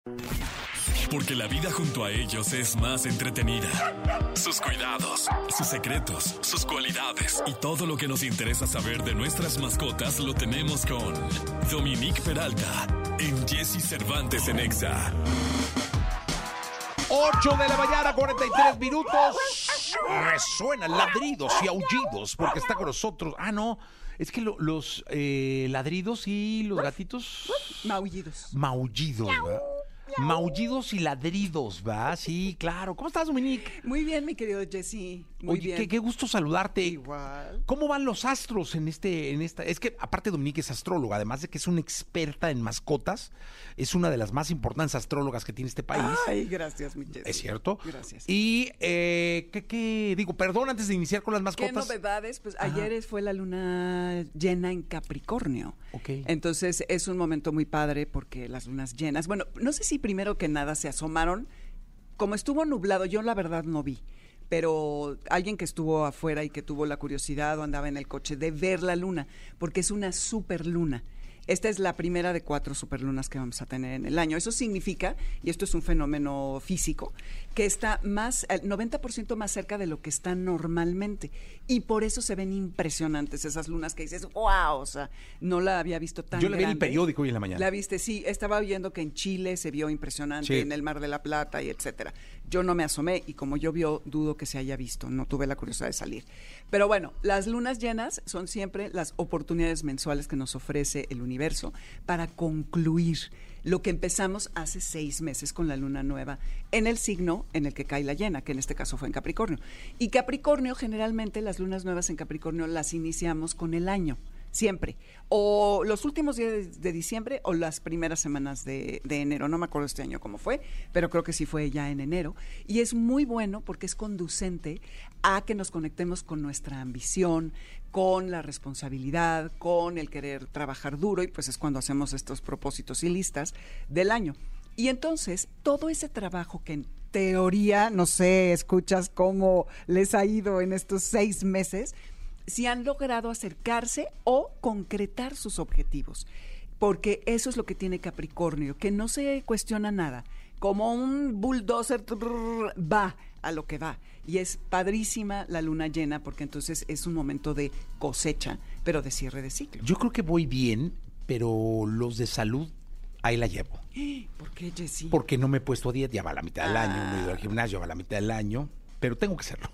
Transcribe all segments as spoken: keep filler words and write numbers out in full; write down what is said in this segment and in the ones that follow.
Porque la vida junto a ellos es más entretenida. Sus cuidados, sus secretos, sus cualidades y todo lo que nos interesa saber de nuestras mascotas lo tenemos con Dominique Peralta en Jesse Cervantes en Exa. ocho de la mañana, cuarenta y tres minutos. Resuenan ladridos y aullidos porque está con nosotros. Ah, no, es que lo, los eh, ladridos y los gatitos... Maullidos. Maullidos, ¿verdad? Maullidos y ladridos, ¿va? Sí, claro. ¿Cómo estás, Dominique? Muy bien, mi querido Jesse. Muy Oye, bien. Qué, qué gusto saludarte. Igual. ¿Cómo van los astros en este, en esta? Es que aparte Dominique es astróloga, además de que es una experta en mascotas, es una de las más importantes astrólogas que tiene este país. Ay, gracias, mi Jesse. ¿Es cierto? Gracias. Y, eh, ¿qué, qué? Digo, perdón, antes de iniciar con las ¿Qué mascotas. novedades? Pues Ajá. ayer fue la luna llena en Capricornio. Ok. Entonces es un momento muy padre porque las lunas llenas, bueno, no sé si primero que nada se asomaron, como estuvo nublado, yo la verdad no vi, pero alguien que estuvo afuera y que tuvo la curiosidad o andaba en el coche de ver la luna, porque es una super luna. Esta es la primera de cuatro superlunas que vamos a tener en el año. Eso significa, y esto es un fenómeno físico, que está más, el noventa por ciento más cerca de lo que está normalmente. Y por eso se ven impresionantes esas lunas que dices, wow, o sea, no la había visto tan Yo la vi en el grande. periódico hoy en la mañana. La viste, sí, estaba viendo que en Chile se vio impresionante, Sí. en el Mar de la Plata y etcétera. Yo no me asomé y como yo vio, dudo que se haya visto, no tuve la curiosidad de salir. Pero bueno, las lunas llenas son siempre las oportunidades mensuales que nos ofrece el universo para concluir lo que empezamos hace seis meses con la luna nueva en el signo en el que cae la llena, que en este caso fue en Capricornio. Y Capricornio, generalmente las lunas nuevas en Capricornio las iniciamos con el año. Siempre. O los últimos días de, de diciembre o las primeras semanas de, de enero. No me acuerdo este año cómo fue, pero creo que sí fue ya en enero. Y es muy bueno porque es conducente a que nos conectemos con nuestra ambición, con la responsabilidad, con el querer trabajar duro. Y pues es cuando hacemos estos propósitos y listas del año. Y entonces, todo ese trabajo que en teoría, no sé, escuchas cómo les ha ido en estos seis meses, si han logrado acercarse o concretar sus objetivos, porque eso es lo que tiene Capricornio, que no se cuestiona nada, como un bulldozer trrr, va a lo que va, y es padrísima la luna llena, porque entonces es un momento de cosecha, pero de cierre de ciclo. Yo creo que voy bien, pero los de salud, ahí la llevo. ¿Por qué, Jessy? Porque no me he puesto a dieta, ya va a la mitad del Ah. año, no he ido al gimnasio, va a la mitad del año, pero tengo que hacerlo.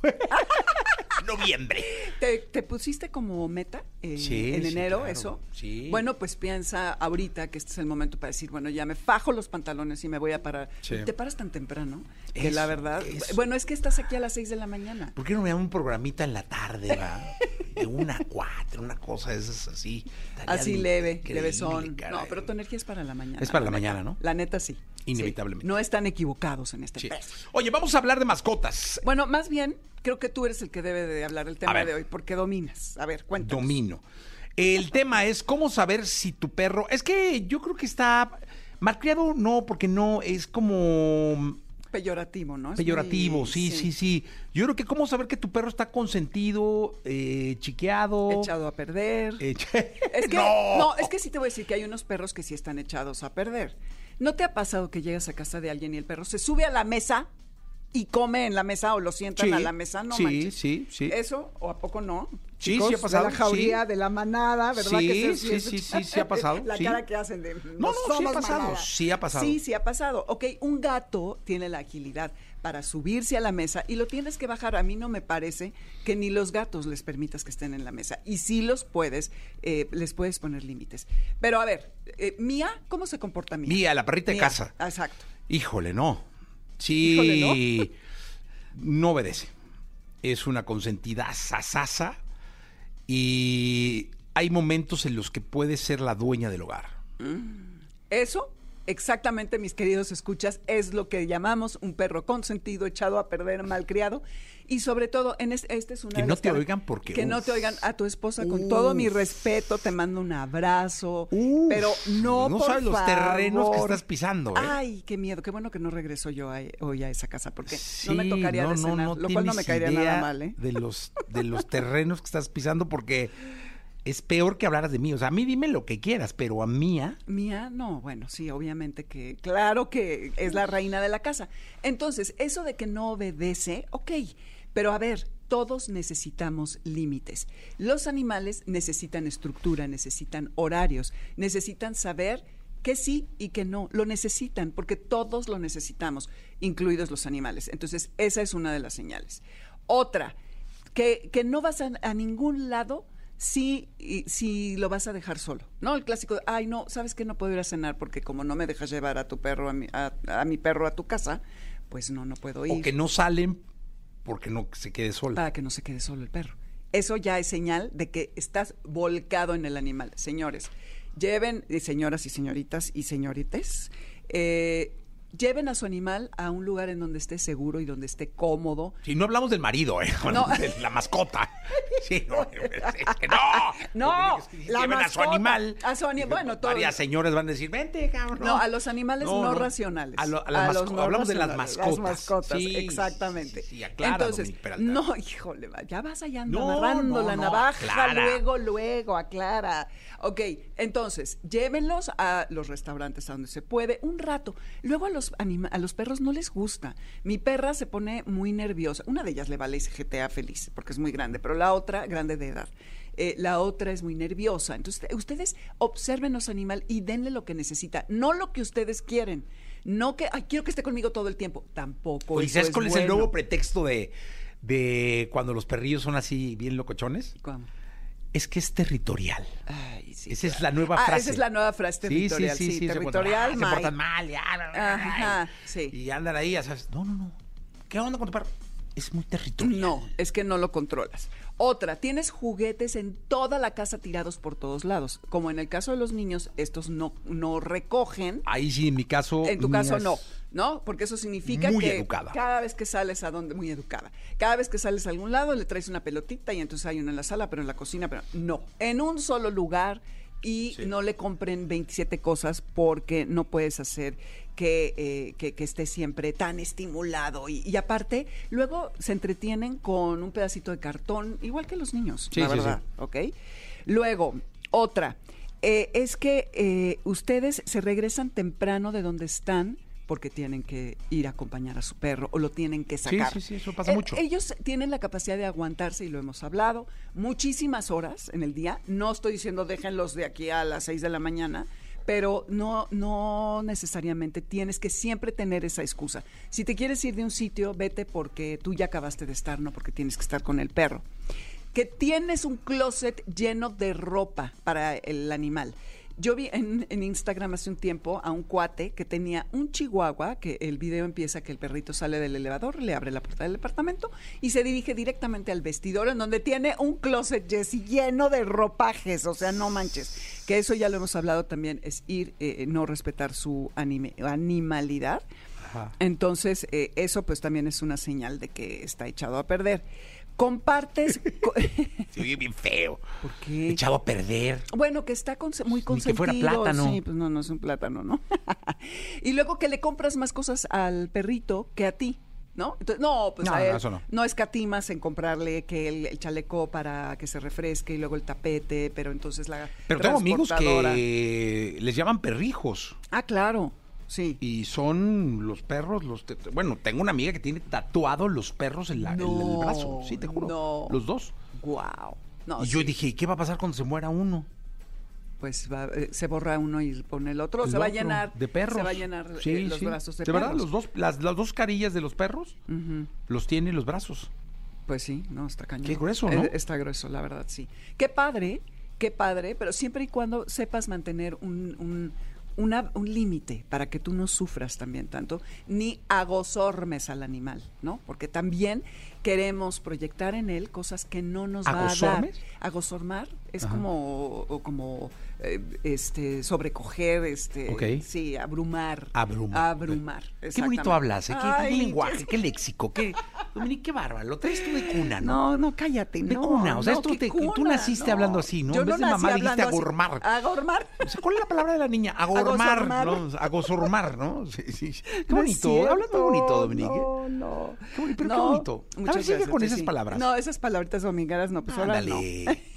Noviembre. ¿Te, te pusiste como meta eh, Sí, en sí, enero claro, eso? sí. Bueno, pues piensa ahorita que este es el momento para decir, bueno, ya me fajo los pantalones y me voy a parar. Sí. Y te paras tan temprano que Eso, la verdad... eso. Bueno, es que estás aquí a las seis de la mañana. ¿Por qué no me dan un programita en la tarde, va? De una a cuatro, una cosa de esas así. Estaría Así leve, increíble, levesón. caray. No, pero tu energía es para la mañana. Es para la neta. mañana, ¿no? La neta sí. Inevitablemente. Sí. No están equivocados en este Sí. pedo. Oye, vamos a hablar de mascotas. Bueno, más bien, creo que tú eres el que debe de hablar el tema ver. de hoy, porque dominas. A ver, cuéntanos. Domino. El tema es cómo saber si tu perro... Es que yo creo que está... Malcriado no, porque no, es como... Peyorativo, ¿no? Es Peyorativo, muy- sí, sí, sí. Yo creo que cómo saber que tu perro está consentido, eh, chiqueado... Echado a perder. echa- Es que, ¡No! no, es que sí te voy a decir que hay unos perros que sí están echados a perder. ¿No te ha pasado que llegas a casa de alguien y el perro se sube a la mesa y come en la mesa o lo sientan Sí, a la mesa? No sí, manches. sí, sí. ¿Eso o a poco no? Sí, Chicos, sí ha pasado, de la jauría, sí. de la manada, ¿verdad? Sí, que sí, sí, sí, sí ha pasado, La sí. cara que hacen de... No, no, sí ha somos pasado, manada". sí ha pasado. Sí, sí ha pasado. Ok, un gato tiene la agilidad para subirse a la mesa y lo tienes que bajar. A mí no me parece que ni los gatos les permitas que estén en la mesa. Y sí los puedes, eh, les puedes poner límites. Pero a ver, eh, Mía, ¿cómo se comporta Mía? Mía, la perrita de Mía, casa. Exacto. Híjole, no. Sí, Híjole, ¿no? obedece. Es una consentida sasasa y hay momentos en los que puede ser la dueña del hogar. Eso, exactamente, mis queridos escuchas, es lo que llamamos un perro consentido, echado a perder, malcriado. Y sobre todo, en este, este es una Que de no las te car- oigan porque, Que no uf. te oigan a tu esposa, con Uf. todo mi respeto, te mando un abrazo. Uf, pero no, no por sabes los favor. terrenos que estás pisando, ¿eh? Ay, qué miedo, qué bueno que no regreso yo a- hoy a esa casa, porque Sí, no me tocaría no, de no, cenar, no lo cual no me tienes caería idea nada mal, ¿eh? De los, de los terrenos que estás pisando porque es peor que hablaras de mí. O sea, a mí dime lo que quieras, pero a Mía... Mía, no, bueno, sí, obviamente que, claro que es la reina de la casa. Entonces, eso de que no obedece, ok, pero a ver, todos necesitamos límites. Los animales necesitan estructura, necesitan horarios, necesitan saber que sí y que no, lo necesitan, porque todos lo necesitamos, incluidos los animales. Entonces, esa es una de las señales. Otra, que, que no vas a, a ningún lado si, si lo vas a dejar solo, ¿no? El clásico de, ay, no, ¿sabes qué? No puedo ir a cenar porque como no me dejas llevar a tu perro, a mi, a, a mi perro a tu casa, pues no, no puedo ir. O que no salen porque no se quede solo. Para que no se quede solo el perro. Eso ya es señal de que estás volcado en el animal. Señores, lleven, y señoras y señoritas y señorites, eh, lleven a su animal a un lugar en donde esté seguro y donde esté cómodo. Si no hablamos del marido, ¿eh? No. De la mascota. Sí, no, es que no. No, es que la lleven mascota, a su animal. A su ani- bueno, todo. Varias señoras van a decir, vente, cabrón. No, a los animales no, No, no. racionales. A lo- a las los masco- no hablamos de las racionales, mascotas. Las mascotas, Sí, exactamente. sí, sí, aclara, Entonces, Dominique Peralta. no, híjole, va, ya vas allá No, amarrando no, la no, navaja, aclara. luego, luego, aclara. Ok, entonces, llévenlos a los restaurantes a donde se puede, un rato. Luego a los anima- a los perros no les gusta. Mi perra se pone muy nerviosa. Una de ellas le vale ese G T A feliz, porque es muy grande, pero la otra, grande de edad. Eh, la otra es muy nerviosa. Entonces, ustedes observen a su animal y denle lo que necesita, no lo que ustedes quieren. No que, ay, quiero que esté conmigo todo el tiempo. Tampoco. Oye, eso ¿sabes es cuál es el bueno. nuevo pretexto de, de cuando los perrillos son así bien locochones? ¿Cómo? Es que es territorial. Ay, sí, Esa es claro. la nueva Ah, frase. esa es la nueva frase territorial. Sí, se territorial, portan, ah, se portan Mike. mal, ya. Ajá, sí. Y andan ahí, ya sabes. No, no, no. ¿Qué onda con tu perro? Es muy territorial. No, es que no lo controlas. Otra, tienes juguetes en toda la casa tirados por todos lados. Como en el caso de los niños, estos no, no recogen. Ahí sí, en mi caso. En tu Mía caso es no, ¿no? Porque eso significa muy que educada. cada vez que sales a donde, muy educada, cada vez que sales a algún lado le traes una pelotita y entonces hay uno en la sala, pero en la cocina, pero no. En un solo lugar y Sí. no le compren veintisiete cosas porque no puedes hacer que, eh, que, que esté siempre tan estimulado. Y, y aparte, luego se entretienen con un pedacito de cartón, igual que los niños, Sí, la sí, verdad, ¿ok? Luego, otra, eh, es que eh, ustedes se regresan temprano de donde están porque tienen que ir a acompañar a su perro o lo tienen que sacar. Sí, sí, sí, eso pasa Eh, mucho. Ellos tienen la capacidad de aguantarse, y lo hemos hablado, muchísimas horas en el día. No estoy diciendo déjenlos de aquí a las seis de la mañana, pero no, no necesariamente tienes que siempre tener esa excusa. Si te quieres ir de un sitio, vete porque tú ya acabaste de estar, no porque tienes que estar con el perro. Que tienes un closet lleno de ropa para el animal. Yo vi en, en Instagram hace un tiempo a un cuate que tenía un chihuahua, que el video empieza que el perrito sale del elevador, le abre la puerta del departamento y se dirige directamente al vestidor, en donde tiene un closet, Jessy, lleno de ropajes, o sea, no manches. Que eso ya lo hemos hablado también, es ir, eh, no respetar su anime, animalidad. Ajá. Entonces, eh, eso pues también es una señal de que está echado a perder. Compartes... co- Se oye bien feo. ¿Por qué? Echado a perder. Bueno, que está conse- muy Ni que consentido. fuera plátano. Sí, pues no, no es un plátano, ¿no? Y luego que le compras más cosas al perrito que a ti, ¿no? Entonces, no, pues No, a no, él eso no. no escatimas en comprarle que el, el chaleco para que se refresque y luego el tapete, pero entonces la Pero tengo amigos transportadora- que les llaman perrijos. Ah, claro, sí. Y son los perros, los te- bueno, tengo una amiga que tiene tatuados los perros en, la, en No, el brazo, sí, te juro. no. Los dos. Guau. No, y yo sí. dije, ¿y qué va a pasar cuando se muera uno? Pues va, eh, se borra uno y pone el otro, El se va a otro, llenar de perros. Se va a llenar Sí, eh, los sí. brazos de, de verdad, perros. los dos, las, las dos carillas de los perros Ujú. los tiene en los brazos. Pues sí, no, está cañón. Qué grueso, ¿no? Eh, Está grueso, la verdad, sí. Qué padre, qué padre, pero siempre y cuando sepas mantener un, un, una- un límite para que tú no sufras también tanto, ni agozormes al animal, ¿no? Porque también queremos proyectar en él cosas que no nos va a dar. ¿Agozormes? Agozormar es Ajá. como, o como eh, este, sobrecoger, este, Ok. sí, abrumar. Abrumar. Abrumar, Qué bonito exactamente. hablas, ¿eh? Qué, qué Ay, lenguaje, Jessy. qué léxico, qué... Dominique, qué bárbaro, lo traes tú de cuna, ¿no? No, no, cállate, De no. cuna, o sea, no, esto ¿qué te- tú cuna? naciste hablando así, ¿no? Yo En vez no de nací mamá dijiste hablando así. agormar. Agormar. O sea, ¿cuál es la palabra de la niña? Agormar, Agozormar. ¿no? Agozormar, ¿no? Sí, sí. Qué No es bonito, hablas muy bonito, cierto, Dominique. No, no. Qué bonito, pero No, qué bonito. A muchas ver, sigue gracias, con esas Jessy. palabras. No, esas palabritas domingueras no, pues ahora no. Ándale. Una,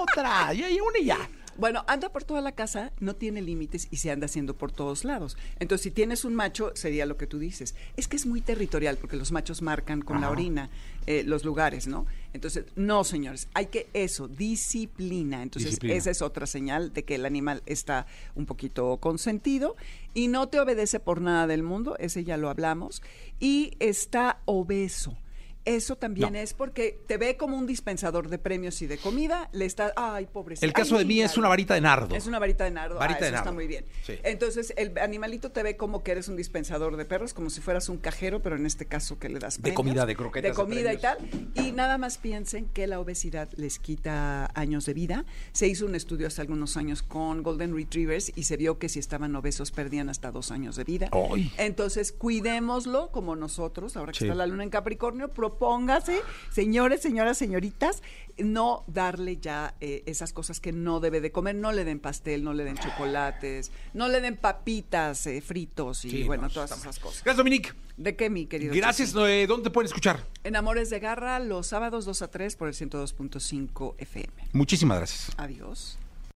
otra, y hay una y ya. Bueno, anda por toda la casa, no tiene límites y se anda haciendo por todos lados. Entonces, si tienes un macho, sería lo que tú dices. Es que es muy territorial porque los machos marcan con Ajá. la orina eh, los lugares, ¿no? Entonces, no, señores, hay que eso, disciplina. Entonces, disciplina. Esa es otra señal de que el animal está un poquito consentido y no te obedece por nada del mundo, ese ya lo hablamos, y está obeso. Eso también no. es porque te ve como un dispensador de premios y de comida, le está, ay, pobrecito. El caso ay, de mí es una varita de nardo. Es una varita de nardo, varita ah, de eso nardo. Está muy bien. Sí. Entonces, el animalito te ve como que eres un dispensador de perros, como si fueras un cajero, pero en este caso que le das premios. De comida, de croquetas. De comida de y tal. Y nada más piensen que la obesidad les quita años de vida. Se hizo un estudio hace algunos años con Golden Retrievers y se vio que si estaban obesos perdían hasta dos años de vida. ¡Ay! Entonces, cuidémoslo como nosotros, ahora que sí. está la luna en Capricornio, propóngase, señores, señoras, señoritas, no darle ya eh, esas cosas que no debe de comer, no le den pastel, no le den chocolates, no le den papitas eh, fritos y sí, bueno, no, todas esas cosas. Gracias, Dominique. ¿De qué, mi querido? Gracias, eh, ¿dónde te pueden escuchar? En Amores de Garra, los sábados dos a tres por el ciento dos punto cinco F M. Muchísimas gracias. Adiós.